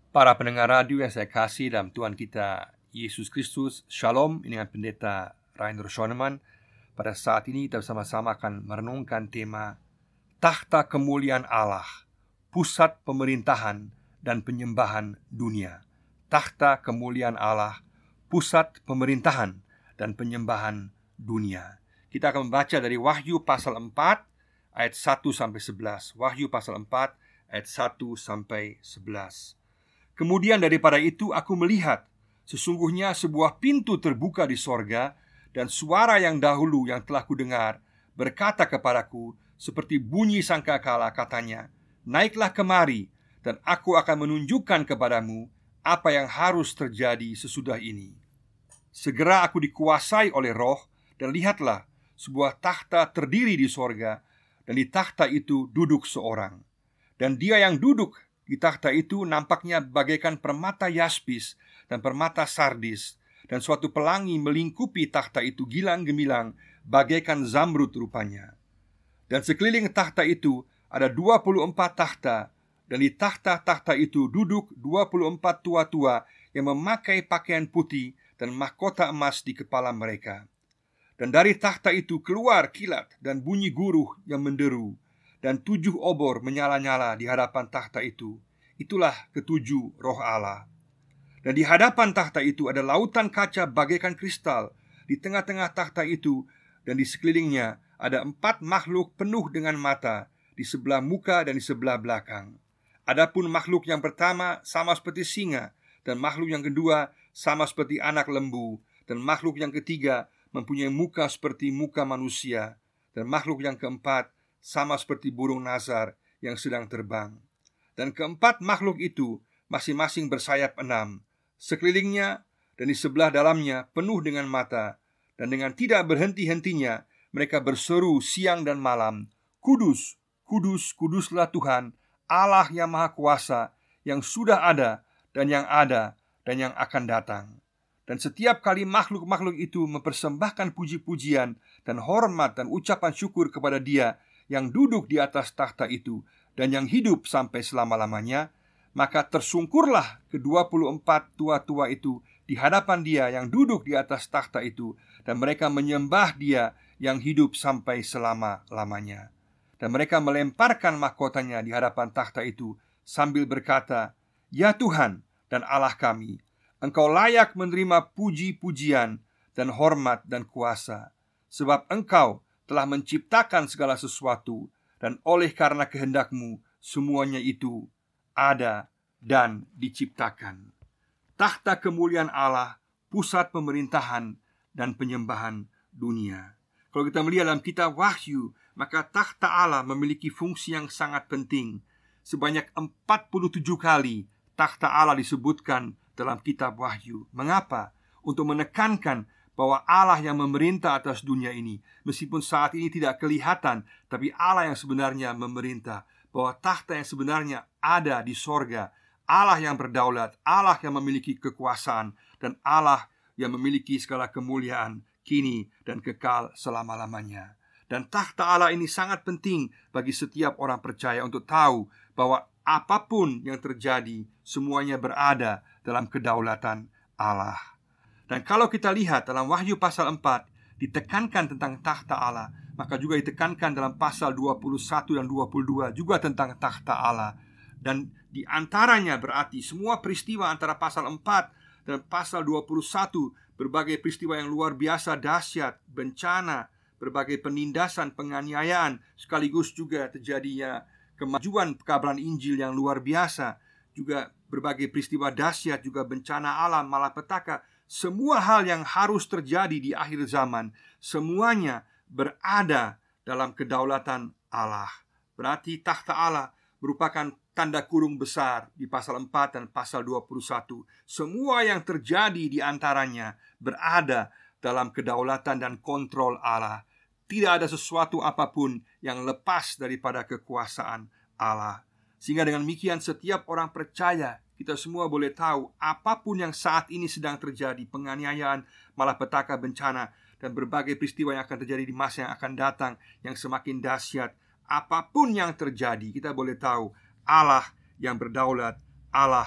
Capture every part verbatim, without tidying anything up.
Para pendengar radio yang saya kasih dalam Tuhan kita Yesus Kristus, Shalom. Ini dengan Pendeta Rainer Schoenemann. Pada saat ini kita bersama-sama akan merenungkan tema Tahta Kemuliaan Allah, Pusat Pemerintahan dan Penyembahan Dunia. Tahta Kemuliaan Allah, Pusat Pemerintahan dan Penyembahan Dunia. Kita akan membaca dari Wahyu pasal empat ayat satu sampai sebelas. Wahyu pasal empat ayat satu sampai sebelas. Kemudian daripada itu aku melihat, sesungguhnya sebuah pintu terbuka di sorga, dan suara yang dahulu yang telah kudengar berkata kepadaku seperti bunyi sangkakala, katanya, naiklah kemari, dan aku akan menunjukkan kepadamu apa yang harus terjadi sesudah ini. Segera aku dikuasai oleh Roh, dan lihatlah sebuah takhta terdiri di sorga, dan di takhta itu duduk seorang. Dan dia yang duduk di takhta itu nampaknya bagaikan permata yaspis dan permata sardis, dan suatu pelangi melingkupi takhta itu gilang gemilang bagaikan zamrud rupanya. Dan sekeliling takhta itu ada dua puluh empat takhta, dan di takhta-takhta itu duduk dua puluh empat tua-tua yang memakai pakaian putih dan mahkota emas di kepala mereka. Dan dari takhta itu keluar kilat dan bunyi guruh yang menderu, dan tujuh obor menyala-nyala di hadapan takhta itu. Itulah ketujuh roh Allah. Dan di hadapan takhta itu ada lautan kaca bagaikan kristal. Di tengah-tengah takhta itu dan di sekelilingnya ada empat makhluk penuh dengan mata, di sebelah muka dan di sebelah belakang. Adapun makhluk yang pertama sama seperti singa, dan makhluk yang kedua sama seperti anak lembu, dan makhluk yang ketiga mempunyai muka seperti muka manusia, dan makhluk yang keempat sama seperti burung nazar yang sedang terbang. Dan keempat makhluk itu masing-masing bersayap enam, sekelilingnya dan di sebelah dalamnya penuh dengan mata. Dan dengan tidak berhenti-hentinya mereka berseru siang dan malam, Kudus, Kudus, Kuduslah Tuhan, Allah yang Maha Kuasa, yang sudah ada dan yang ada dan yang akan datang. Dan setiap kali makhluk-makhluk itu mempersembahkan puji-pujian dan hormat dan ucapan syukur kepada Dia yang duduk di atas takhta itu dan yang hidup sampai selama-lamanya, maka tersungkurlah kedua puluh empat tua-tua itu di hadapan Dia yang duduk di atas takhta itu, dan mereka menyembah Dia yang hidup sampai selama-lamanya. Dan mereka melemparkan mahkotanya di hadapan takhta itu sambil berkata, Ya Tuhan dan Allah kami, Engkau layak menerima puji-pujian dan hormat dan kuasa, sebab Engkau telah menciptakan segala sesuatu, dan oleh karena kehendak-Mu semuanya itu ada dan diciptakan. Tahta kemuliaan Allah, pusat pemerintahan dan penyembahan dunia. Kalau kita melihat dalam kitab Wahyu, maka takhta Allah memiliki fungsi yang sangat penting. Sebanyak empat puluh tujuh kali takhta Allah disebutkan dalam kitab Wahyu. Mengapa? Untuk menekankan bahwa Allah yang memerintah atas dunia ini, meskipun saat ini tidak kelihatan, tapi Allah yang sebenarnya memerintah. Bahwa takhta yang sebenarnya ada di sorga, Allah yang berdaulat, Allah yang memiliki kekuasaan, dan Allah yang memiliki segala kemuliaan kini dan kekal selama-lamanya. Dan takhta Allah ini sangat penting bagi setiap orang percaya untuk tahu bahwa apapun yang terjadi, semuanya berada dalam kedaulatan Allah. Dan kalau kita lihat dalam Wahyu pasal empat, ditekankan tentang takhta Allah, maka juga ditekankan dalam pasal dua puluh satu dan dua puluh dua juga tentang takhta Allah. Dan di antaranya berarti semua peristiwa antara pasal empat dan pasal dua puluh satu, berbagai peristiwa yang luar biasa dahsyat, bencana, berbagai penindasan, penganiayaan, sekaligus juga terjadinya kemajuan pekabaran Injil yang luar biasa, juga berbagai peristiwa dahsyat, juga bencana alam, malapetaka. Semua hal yang harus terjadi di akhir zaman, semuanya berada dalam kedaulatan Allah. Berarti takhta Allah merupakan tanda kurung besar di pasal empat dan pasal dua puluh satu. Semua yang terjadi di antaranya berada dalam kedaulatan dan kontrol Allah. Tidak ada sesuatu apapun yang lepas daripada kekuasaan Allah. Sehingga dengan demikian setiap orang percaya, kita semua boleh tahu apapun yang saat ini sedang terjadi, penganiayaan, malapetaka, bencana, dan berbagai peristiwa yang akan terjadi di masa yang akan datang yang semakin dahsyat. Apapun yang terjadi, kita boleh tahu Allah yang berdaulat, Allah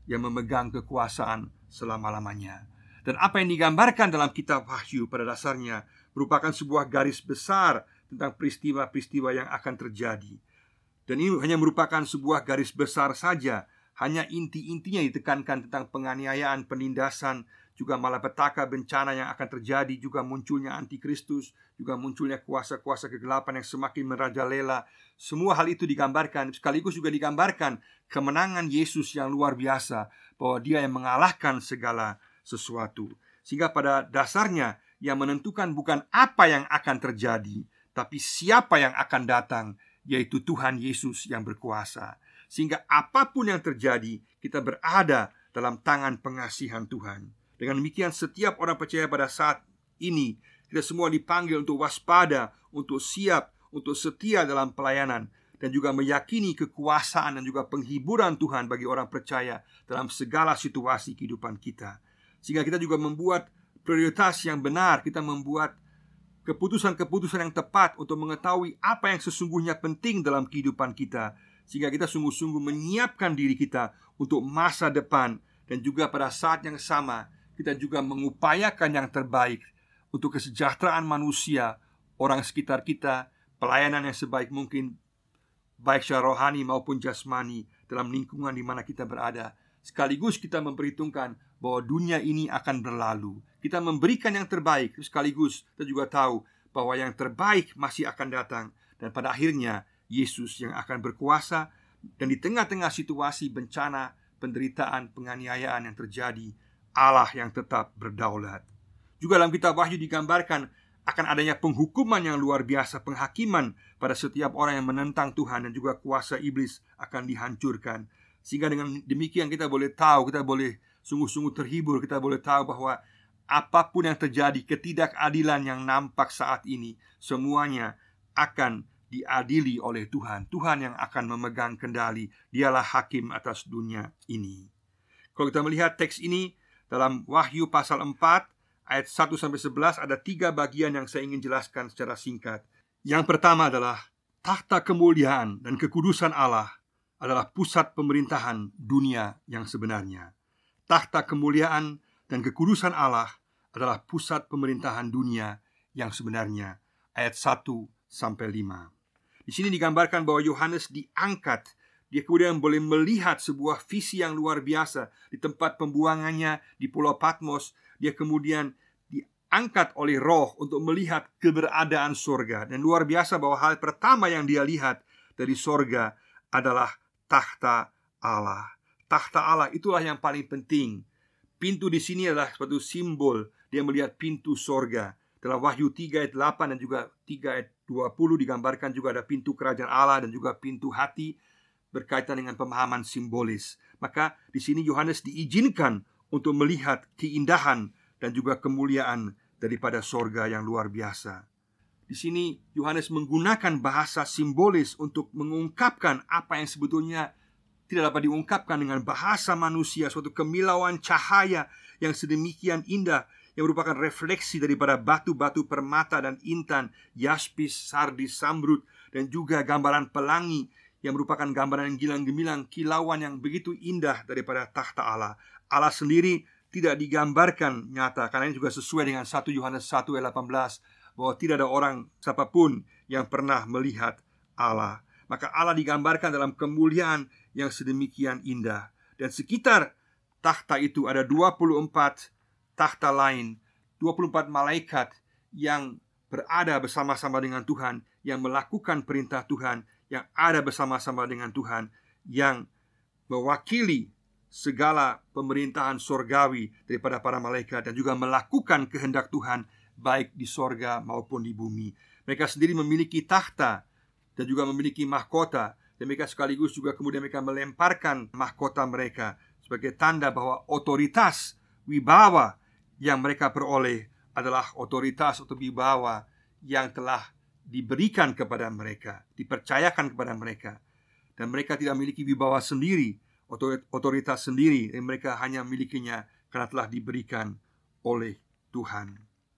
yang memegang kekuasaan selama-lamanya. Dan apa yang digambarkan dalam kitab Wahyu pada dasarnya merupakan sebuah garis besar tentang peristiwa-peristiwa yang akan terjadi. Dan ini hanya merupakan sebuah garis besar saja. Hanya inti-intinya ditekankan tentang penganiayaan, penindasan, juga malapetaka, bencana yang akan terjadi, juga munculnya antikristus, juga munculnya kuasa-kuasa kegelapan yang semakin merajalela. Semua hal itu digambarkan. Sekaligus juga digambarkan kemenangan Yesus yang luar biasa, bahwa Dia yang mengalahkan segala sesuatu. Sehingga pada dasarnya yang menentukan bukan apa yang akan terjadi, tapi siapa yang akan datang, yaitu Tuhan Yesus yang berkuasa. Sehingga apapun yang terjadi, kita berada dalam tangan pengasihan Tuhan. Dengan demikian setiap orang percaya pada saat ini, kita semua dipanggil untuk waspada, untuk siap, untuk setia dalam pelayanan, dan juga meyakini kekuasaan dan juga penghiburan Tuhan bagi orang percaya dalam segala situasi kehidupan kita. Sehingga kita juga membuat prioritas yang benar, kita membuat keputusan-keputusan yang tepat untuk mengetahui apa yang sesungguhnya penting dalam kehidupan kita, sehingga kita sungguh-sungguh menyiapkan diri kita untuk masa depan. Dan juga pada saat yang sama kita juga mengupayakan yang terbaik untuk kesejahteraan manusia, orang sekitar kita, pelayanan yang sebaik mungkin, baik secara rohani maupun jasmani, dalam lingkungan di mana kita berada. Sekaligus kita memperhitungkan bahwa dunia ini akan berlalu. Kita memberikan yang terbaik, sekaligus kita juga tahu bahwa yang terbaik masih akan datang. Dan pada akhirnya Yesus yang akan berkuasa. Dan di tengah-tengah situasi bencana, penderitaan, penganiayaan yang terjadi, Allah yang tetap berdaulat. Juga dalam kitab Wahyu digambarkan akan adanya penghukuman yang luar biasa, penghakiman pada setiap orang yang menentang Tuhan, dan juga kuasa iblis akan dihancurkan. Sehingga dengan demikian kita boleh tahu, kita boleh sungguh-sungguh terhibur, kita boleh tahu bahwa apapun yang terjadi, ketidakadilan yang nampak saat ini, semuanya akan diadili oleh Tuhan. Tuhan yang akan memegang kendali. Dialah hakim atas dunia ini. Kalau kita melihat teks ini dalam Wahyu pasal empat ayat satu sampai sebelas, ada tiga bagian yang saya ingin jelaskan secara singkat. Yang pertama adalah tahta kemuliaan dan kekudusan Allah adalah pusat pemerintahan dunia yang sebenarnya. Tahta kemuliaan dan kekudusan Allah adalah pusat pemerintahan dunia yang sebenarnya. Ayat satu sampai lima. Di sini digambarkan bahwa Yohanes diangkat. Dia kemudian boleh melihat sebuah visi yang luar biasa di tempat pembuangannya di Pulau Patmos. Dia kemudian diangkat oleh Roh untuk melihat keberadaan sorga. Dan luar biasa bahwa hal pertama yang dia lihat dari sorga adalah tahta Allah. Tahta Allah itulah yang paling penting. Pintu di sini adalah suatu simbol. Dia melihat pintu sorga. Dalam Wahyu tiga ayat delapan dan juga tiga ayat dua puluh digambarkan juga ada pintu kerajaan Allah dan juga pintu hati, berkaitan dengan pemahaman simbolis. Maka di sini Yohanes diizinkan untuk melihat keindahan dan juga kemuliaan daripada sorga yang luar biasa. Di sini Yohanes menggunakan bahasa simbolis untuk mengungkapkan apa yang sebetulnya tidak dapat diungkapkan dengan bahasa manusia. Suatu kemilauan cahaya yang sedemikian indah, yang merupakan refleksi daripada batu-batu permata dan intan, yaspis, sardis, zamrud, dan juga gambaran pelangi yang merupakan gambaran gemilang-gemilang, kilauan yang begitu indah daripada tahta Allah. Allah sendiri tidak digambarkan nyata, karena ini juga sesuai dengan satu Yohanes satu ayat delapan belas, bahwa tidak ada orang siapapun yang pernah melihat Allah. Maka Allah digambarkan dalam kemuliaan yang sedemikian indah. Dan sekitar tahta itu ada dua puluh empat tahta lain, dua puluh empat malaikat yang berada bersama-sama dengan Tuhan, yang melakukan perintah Tuhan, yang ada bersama-sama dengan Tuhan, yang mewakili segala pemerintahan sorgawi daripada para malaikat, dan juga melakukan kehendak Tuhan baik di sorga maupun di bumi. Mereka sendiri memiliki tahta dan juga memiliki mahkota, dan mereka sekaligus juga kemudian mereka melemparkan mahkota mereka sebagai tanda bahwa otoritas wibawa yang mereka peroleh adalah otoritas atau wibawa yang telah diberikan kepada mereka, dipercayakan kepada mereka. Dan mereka tidak memiliki wibawa sendiri, otoritas sendiri, yang mereka hanya memilikinya karena telah diberikan oleh Tuhan.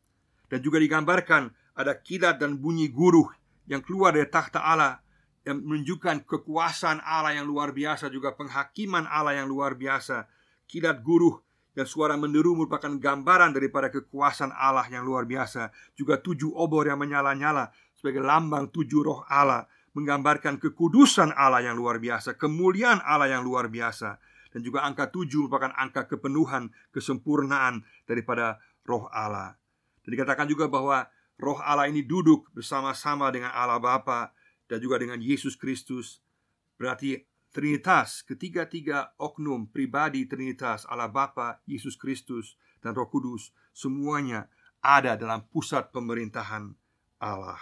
Dan juga digambarkan ada kilat dan bunyi guruh yang keluar dari tahta Allah, yang menunjukkan kekuasaan Allah yang luar biasa, juga penghakiman Allah yang luar biasa. kilat guruh dan suara menderu merupakan gambaran daripada kekuasaan Allah yang luar biasa. Juga tujuh obor yang menyala-nyala sebagai lambang tujuh roh Allah, menggambarkan kekudusan Allah yang luar biasa, kemuliaan Allah yang luar biasa. Dan juga angka tujuh merupakan angka kepenuhan, kesempurnaan daripada roh Allah. Dan dikatakan juga bahwa roh Allah ini duduk bersama-sama dengan Allah Bapa dan juga dengan Yesus Kristus. Berarti Trinitas, ketiga-tiga oknum pribadi Trinitas, Allah Bapa, Yesus Kristus, dan Roh Kudus, semuanya ada dalam pusat pemerintahan Allah.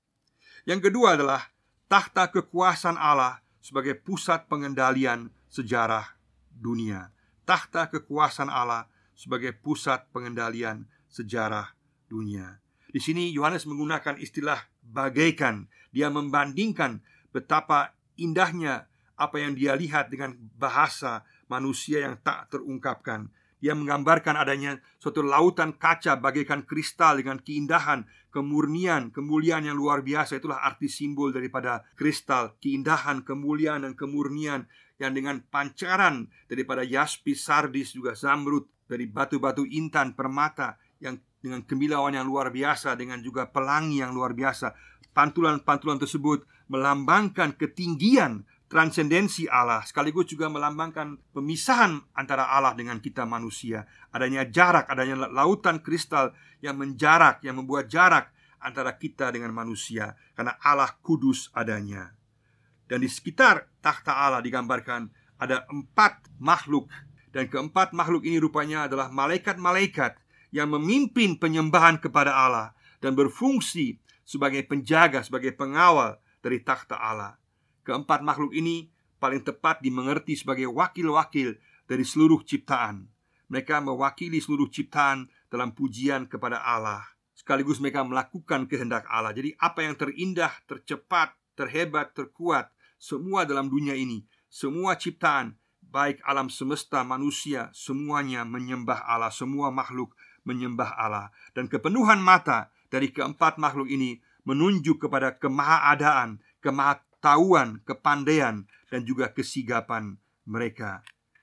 Yang kedua adalah tahta kekuasaan Allah sebagai pusat pengendalian sejarah dunia. Tahta kekuasaan Allah sebagai pusat pengendalian sejarah dunia. Di sini Yohanes menggunakan istilah bagaikan. Dia membandingkan betapa indahnya apa yang dia lihat dengan bahasa manusia yang tak terungkapkan. Dia menggambarkan adanya suatu lautan kaca bagaikan kristal dengan keindahan, kemurnian, kemuliaan yang luar biasa. Itulah arti simbol daripada kristal, keindahan, kemuliaan, dan kemurnian yang dengan pancaran daripada yaspis, sardis, juga zamrud, dari batu-batu intan, permata, yang dengan kemilauan yang luar biasa, dengan juga pelangi yang luar biasa. Pantulan-pantulan tersebut melambangkan ketinggian, transendensi Allah, sekaligus juga melambangkan pemisahan antara Allah dengan kita manusia. Adanya jarak, adanya lautan kristal yang menjarak, yang membuat jarak antara kita dengan manusia, karena Allah kudus adanya. Dan di sekitar takhta Allah digambarkan ada empat makhluk. Dan keempat makhluk ini rupanya adalah malaikat-malaikat yang memimpin penyembahan kepada Allah dan berfungsi sebagai penjaga, sebagai pengawal dari takhta Allah. Keempat makhluk ini paling tepat dimengerti sebagai wakil-wakil dari seluruh ciptaan. Mereka mewakili seluruh ciptaan dalam pujian kepada Allah, sekaligus mereka melakukan kehendak Allah. Jadi apa yang terindah, tercepat, terhebat, terkuat, semua dalam dunia ini, semua ciptaan, baik alam semesta, manusia, semuanya menyembah Allah. Semua makhluk menyembah Allah. Dan kepenuhan mata dari keempat makhluk ini menunjuk kepada kemahaadaan, kemahatauan, kepandaian, dan juga kesigapan mereka.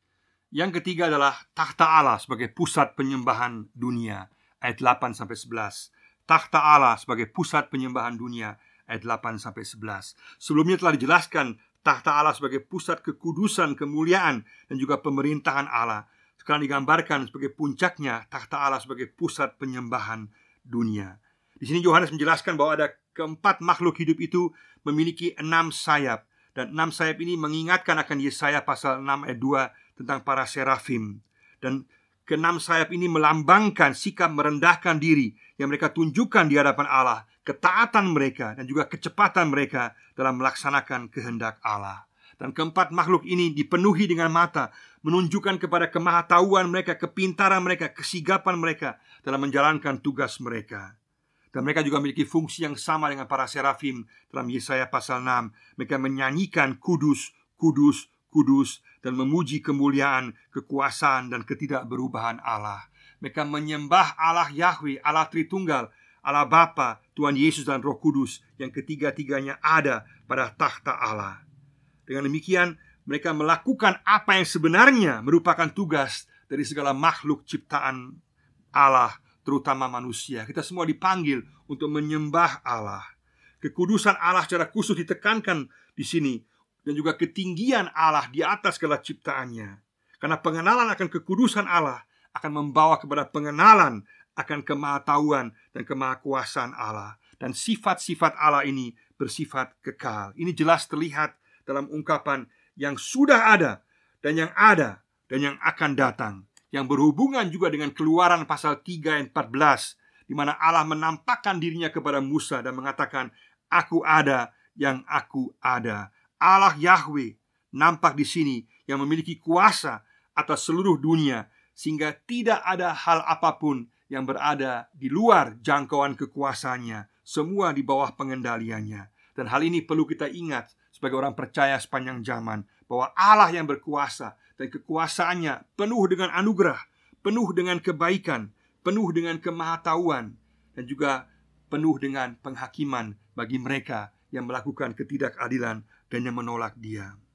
Yang ketiga adalah takhta Allah sebagai pusat penyembahan dunia. Ayat delapan sampai sebelas. Takhta Allah sebagai pusat penyembahan dunia. Ayat delapan sampai sebelas. Sebelumnya telah dijelaskan takhta Allah sebagai pusat kekudusan, kemuliaan, dan juga pemerintahan Allah. Sekarang digambarkan sebagai puncaknya takhta Allah sebagai pusat penyembahan dunia. Di sini Yohanes menjelaskan bahwa ada keempat makhluk hidup itu memiliki enam sayap. Dan enam sayap ini mengingatkan akan Yesaya pasal enam ayat dua tentang para serafim. Dan keenam sayap ini melambangkan sikap merendahkan diri yang mereka tunjukkan di hadapan Allah, ketaatan mereka dan juga kecepatan mereka dalam melaksanakan kehendak Allah. Dan keempat makhluk ini dipenuhi dengan mata, menunjukkan kepada kemahatauan mereka, kepintaran mereka, kesigapan mereka dalam menjalankan tugas mereka. Dan mereka juga memiliki fungsi yang sama dengan para serafim dalam Yesaya pasal enam. Mereka menyanyikan kudus, kudus, kudus, dan memuji kemuliaan, kekuasaan, dan ketidakberubahan Allah. Mereka menyembah Allah Yahweh, Allah Tritunggal, Allah Bapa, Tuhan Yesus, dan Roh Kudus, yang ketiga-tiganya ada pada takhta Allah. Dengan demikian, mereka melakukan apa yang sebenarnya merupakan tugas dari segala makhluk ciptaan Allah, terutama manusia. Kita semua dipanggil untuk menyembah Allah. Kekudusan Allah secara khusus ditekankan di sini, dan juga ketinggian Allah di atas segala ciptaannya. Karena pengenalan akan kekudusan Allah akan membawa kepada pengenalan akan kemahatauan dan kemahakuasaan Allah. Dan sifat-sifat Allah ini bersifat kekal. Ini jelas terlihat dalam ungkapan yang sudah ada, dan yang ada, dan yang akan datang, yang berhubungan juga dengan Keluaran pasal tiga ayat empat belas, di mana Allah menampakkan dirinya kepada Musa dan mengatakan, "Aku ada yang aku ada." Allah Yahweh nampak di sini yang memiliki kuasa atas seluruh dunia, sehingga tidak ada hal apapun yang berada di luar jangkauan kekuasaannya. Semua di bawah pengendaliannya. Dan hal ini perlu kita ingat sebagai orang percaya sepanjang zaman, bahwa Allah yang berkuasa dan kekuasaannya penuh dengan anugerah, penuh dengan kebaikan, penuh dengan kemahatauan, dan juga penuh dengan penghakiman bagi mereka yang melakukan ketidakadilan dan yang menolak Dia.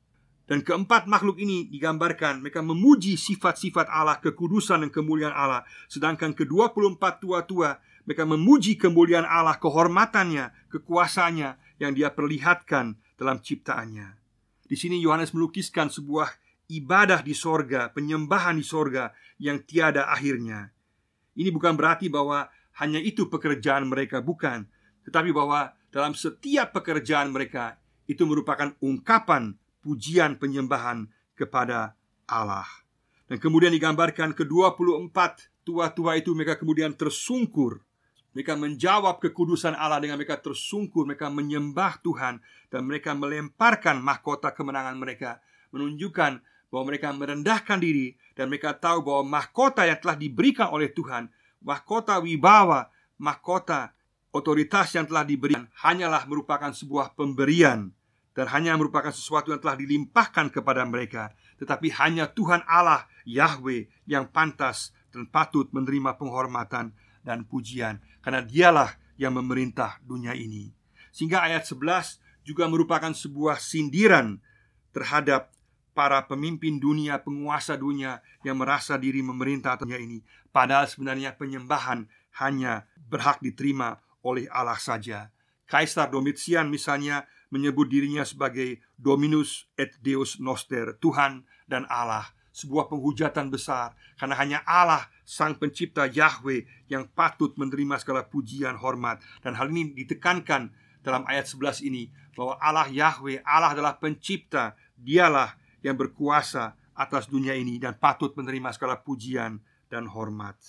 Dan keempat makhluk ini digambarkan mereka memuji sifat-sifat Allah, kekudusan dan kemuliaan Allah. Sedangkan ke dua puluh empat tua-tua mereka memuji kemuliaan Allah, kehormatannya, kekuasaannya yang Dia perlihatkan dalam ciptaannya. Di sini Yohanes melukiskan sebuah ibadah di sorga, penyembahan di sorga yang tiada akhirnya. Ini bukan berarti bahwa hanya itu pekerjaan mereka, bukan. Tetapi bahwa dalam setiap pekerjaan mereka itu merupakan ungkapan pujian penyembahan kepada Allah. Dan kemudian digambarkan ke dua puluh empat tua-tua itu mereka kemudian tersungkur. Mereka menjawab kekudusan Allah dengan mereka tersungkur, mereka menyembah Tuhan, dan mereka melemparkan mahkota kemenangan mereka, menunjukkan bahwa mereka merendahkan diri, dan mereka tahu bahwa mahkota yang telah diberikan oleh Tuhan, mahkota wibawa, mahkota otoritas yang telah diberikan, hanyalah merupakan sebuah pemberian, dan hanya merupakan sesuatu yang telah dilimpahkan kepada mereka. Tetapi hanya Tuhan Allah, Yahweh, yang pantas dan patut menerima penghormatan dan pujian, karena Dialah yang memerintah dunia ini. Sehingga ayat sebelas juga merupakan sebuah sindiran terhadap para pemimpin dunia, penguasa dunia yang merasa diri memerintah dunia ini. Padahal sebenarnya penyembahan hanya berhak diterima oleh Allah saja. Kaisar Domitian misalnya menyebut dirinya sebagai Dominus et Deus Noster, Tuhan dan Allah. Sebuah penghujatan besar, karena hanya Allah sang pencipta, Yahweh, yang patut menerima segala pujian, hormat. Dan hal ini ditekankan dalam ayat sebelas ini, bahwa Allah Yahweh, Allah adalah pencipta. Dialah yang berkuasa atas dunia ini dan patut menerima segala pujian dan hormat.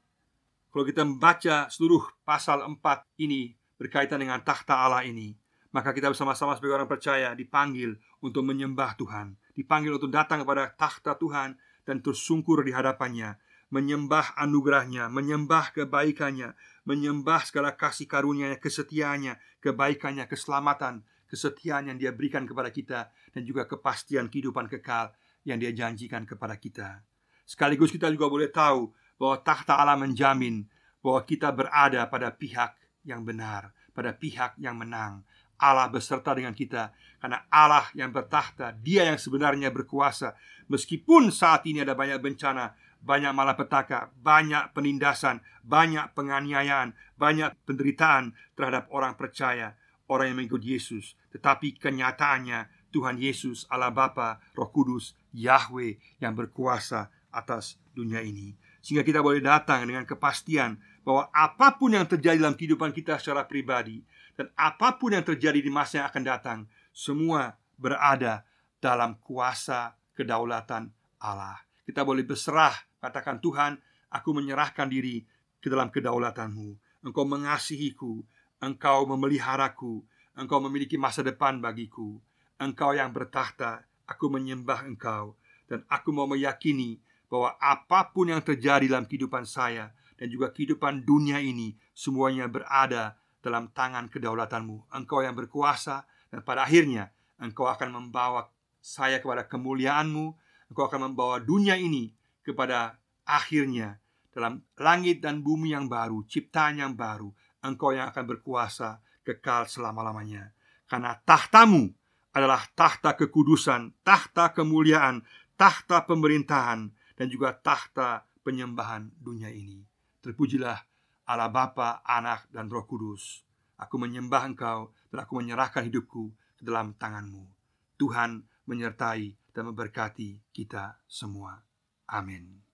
Kalau kita membaca seluruh pasal empat ini berkaitan dengan takhta Allah ini, maka kita bersama-sama sebagai orang percaya dipanggil untuk menyembah Tuhan, dipanggil untuk datang kepada takhta Tuhan dan tersungkur di hadapannya, menyembah anugerahnya, menyembah kebaikannya, menyembah segala kasih karunia-Nya, kesetiaannya, kebaikannya, keselamatan, kesetiaan yang Dia berikan kepada kita, dan juga kepastian kehidupan kekal yang Dia janjikan kepada kita. Sekaligus kita juga boleh tahu bahwa takhta Allah menjamin bahwa kita berada pada pihak yang benar, pada pihak yang menang. Allah beserta dengan kita, karena Allah yang bertakhta, Dia yang sebenarnya berkuasa. Meskipun saat ini ada banyak bencana, banyak malapetaka, banyak penindasan, banyak penganiayaan, banyak penderitaan terhadap orang percaya, orang yang mengikut Yesus, tetapi kenyataannya Tuhan Yesus, Allah Bapa, Roh Kudus, Yahweh yang berkuasa atas dunia ini. Sehingga kita boleh datang dengan kepastian bahwa apapun yang terjadi dalam kehidupan kita secara pribadi, dan apapun yang terjadi di masa yang akan datang, semua berada dalam kuasa kedaulatan Allah. Kita boleh berserah, katakan, Tuhan, aku menyerahkan diri ke dalam kedaulatan-Mu. Engkau mengasihiku, Engkau memeliharaku, Engkau memiliki masa depan bagiku. Engkau yang bertakhta, aku menyembah Engkau. Dan aku mau meyakini bahwa apapun yang terjadi dalam kehidupan saya dan juga kehidupan dunia ini, semuanya berada dalam tangan kedaulatan-Mu. Engkau yang berkuasa, dan pada akhirnya Engkau akan membawa saya kepada kemuliaan-Mu. Engkau akan membawa dunia ini kepada akhirnya dalam langit dan bumi yang baru, ciptaan yang baru. Engkau yang akan berkuasa kekal selama-lamanya. Karena takhta-Mu adalah takhta kekudusan, takhta kemuliaan, takhta pemerintahan, dan juga takhta penyembahan dunia ini. Terpujilah Allah Bapa, Anak, dan Roh Kudus. Aku menyembah Engkau, dan aku menyerahkan hidupku ke dalam tangan-Mu. Tuhan menyertai dan memberkati kita semua. Amin.